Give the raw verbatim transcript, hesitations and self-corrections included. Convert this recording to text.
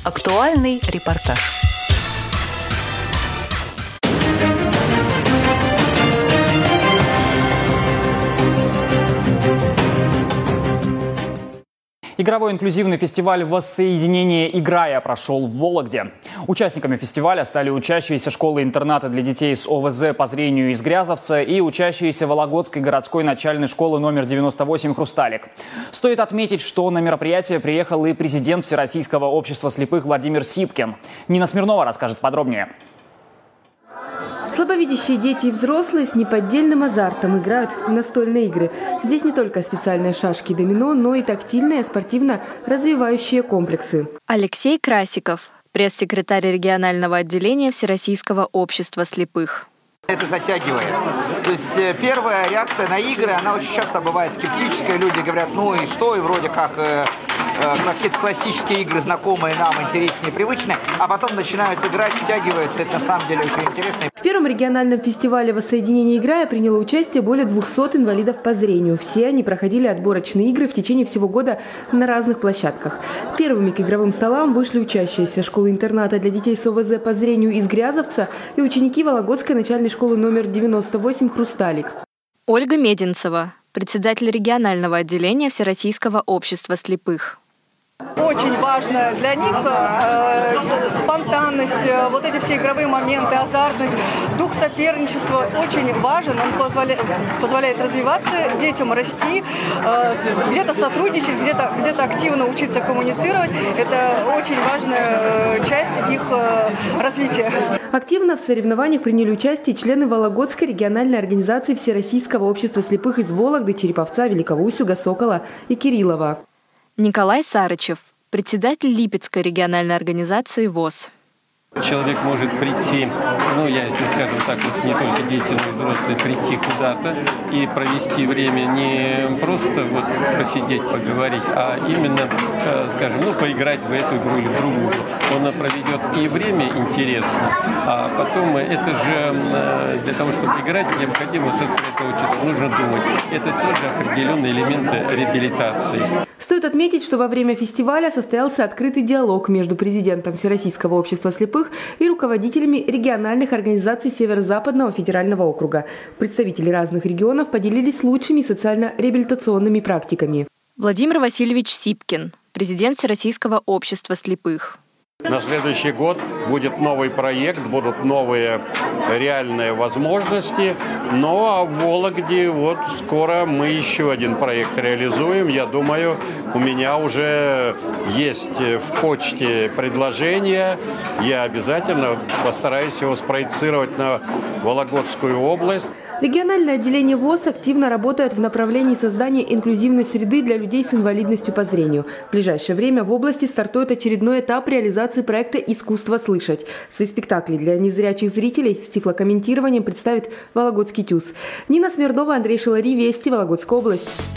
Актуальный репортаж. Игровой инклюзивный фестиваль «Воссоединение Играя» прошел в Вологде. Участниками фестиваля стали учащиеся школы-интерната для детей с О В З по зрению из Грязовца и учащиеся Вологодской городской начальной школы номер девяносто восемь «Хрусталик». Стоит отметить, что на мероприятие приехал и президент Всероссийского общества слепых Владимир Сипкин. Нина Смирнова расскажет подробнее. Слабовидящие дети и взрослые с неподдельным азартом играют в настольные игры. Здесь не только специальные шашки и домино, но и тактильные спортивно-развивающие комплексы. Алексей Красиков, пресс-секретарь регионального отделения Всероссийского общества слепых. Это затягивает. То есть первая реакция на игры, она очень часто бывает скептическая. Люди говорят, ну и что, и вроде как э, э, какие-то классические игры, знакомые нам, интереснее, привычные, а потом начинают играть, втягиваются. Это на самом деле очень интересно. В первом региональном фестивале «Воссоединение Играя» приняло участие более двухсот инвалидов по зрению. Все они проходили отборочные игры в течение всего года на разных площадках. Первыми к игровым столам вышли учащиеся школы-интерната для детей с О В З по зрению из Грязовца и ученики Вологодской начальной школы номер девяносто восемь «Хрусталик». Ольга Мединцева, председатель регионального отделения Всероссийского общества слепых. Очень важно для них э, спонтанность, э, вот эти все игровые моменты, азартность, дух соперничества очень важен. Он позволяет, позволяет развиваться детям, расти, э, где-то сотрудничать, где-то где-то активно учиться коммуницировать. Это очень важная э, часть их э, развития. Активно в соревнованиях приняли участие члены Вологодской региональной организации Всероссийского общества слепых из Вологды, Череповца, Великого Устюга, Сокола и Кириллова. Николай Сарычев, председатель Липецкой региональной организации ВОС. Человек может прийти, ну, я, если скажем так, вот не только дети, но и взрослые, прийти куда-то и провести время не просто вот посидеть, поговорить, а именно, скажем, ну, поиграть в эту игру или в другую. Он проведет и время интересно, а потом это же для того, чтобы играть, необходимо сосредоточиться, нужно думать. Это тоже определенные элементы реабилитации. Стоит отметить, что во время фестиваля состоялся открытый диалог между президентом Всероссийского общества слепых и руководителями региональных организаций Северо-Западного федерального округа. Представители разных регионов поделились лучшими социально-реабилитационными практиками. Владимир Васильевич Сипкин, президент Всероссийского общества слепых. На следующий год будет новый проект, будут новые реальные возможности. Ну а в Вологде вот скоро мы еще один проект реализуем. Я думаю, у меня уже есть в почте предложение. Я обязательно постараюсь его спроецировать на Вологодскую область. Региональное отделение ВОС активно работает в направлении создания инклюзивной среды для людей с инвалидностью по зрению. В ближайшее время в области стартует очередной этап реализации проекта «Искусство слышать». Свои спектакли для незрячих зрителей с тифлокомментированием представит Вологодский ТЮЗ. Нина Смирнова, Андрей Шилари, Вести, Вологодская область.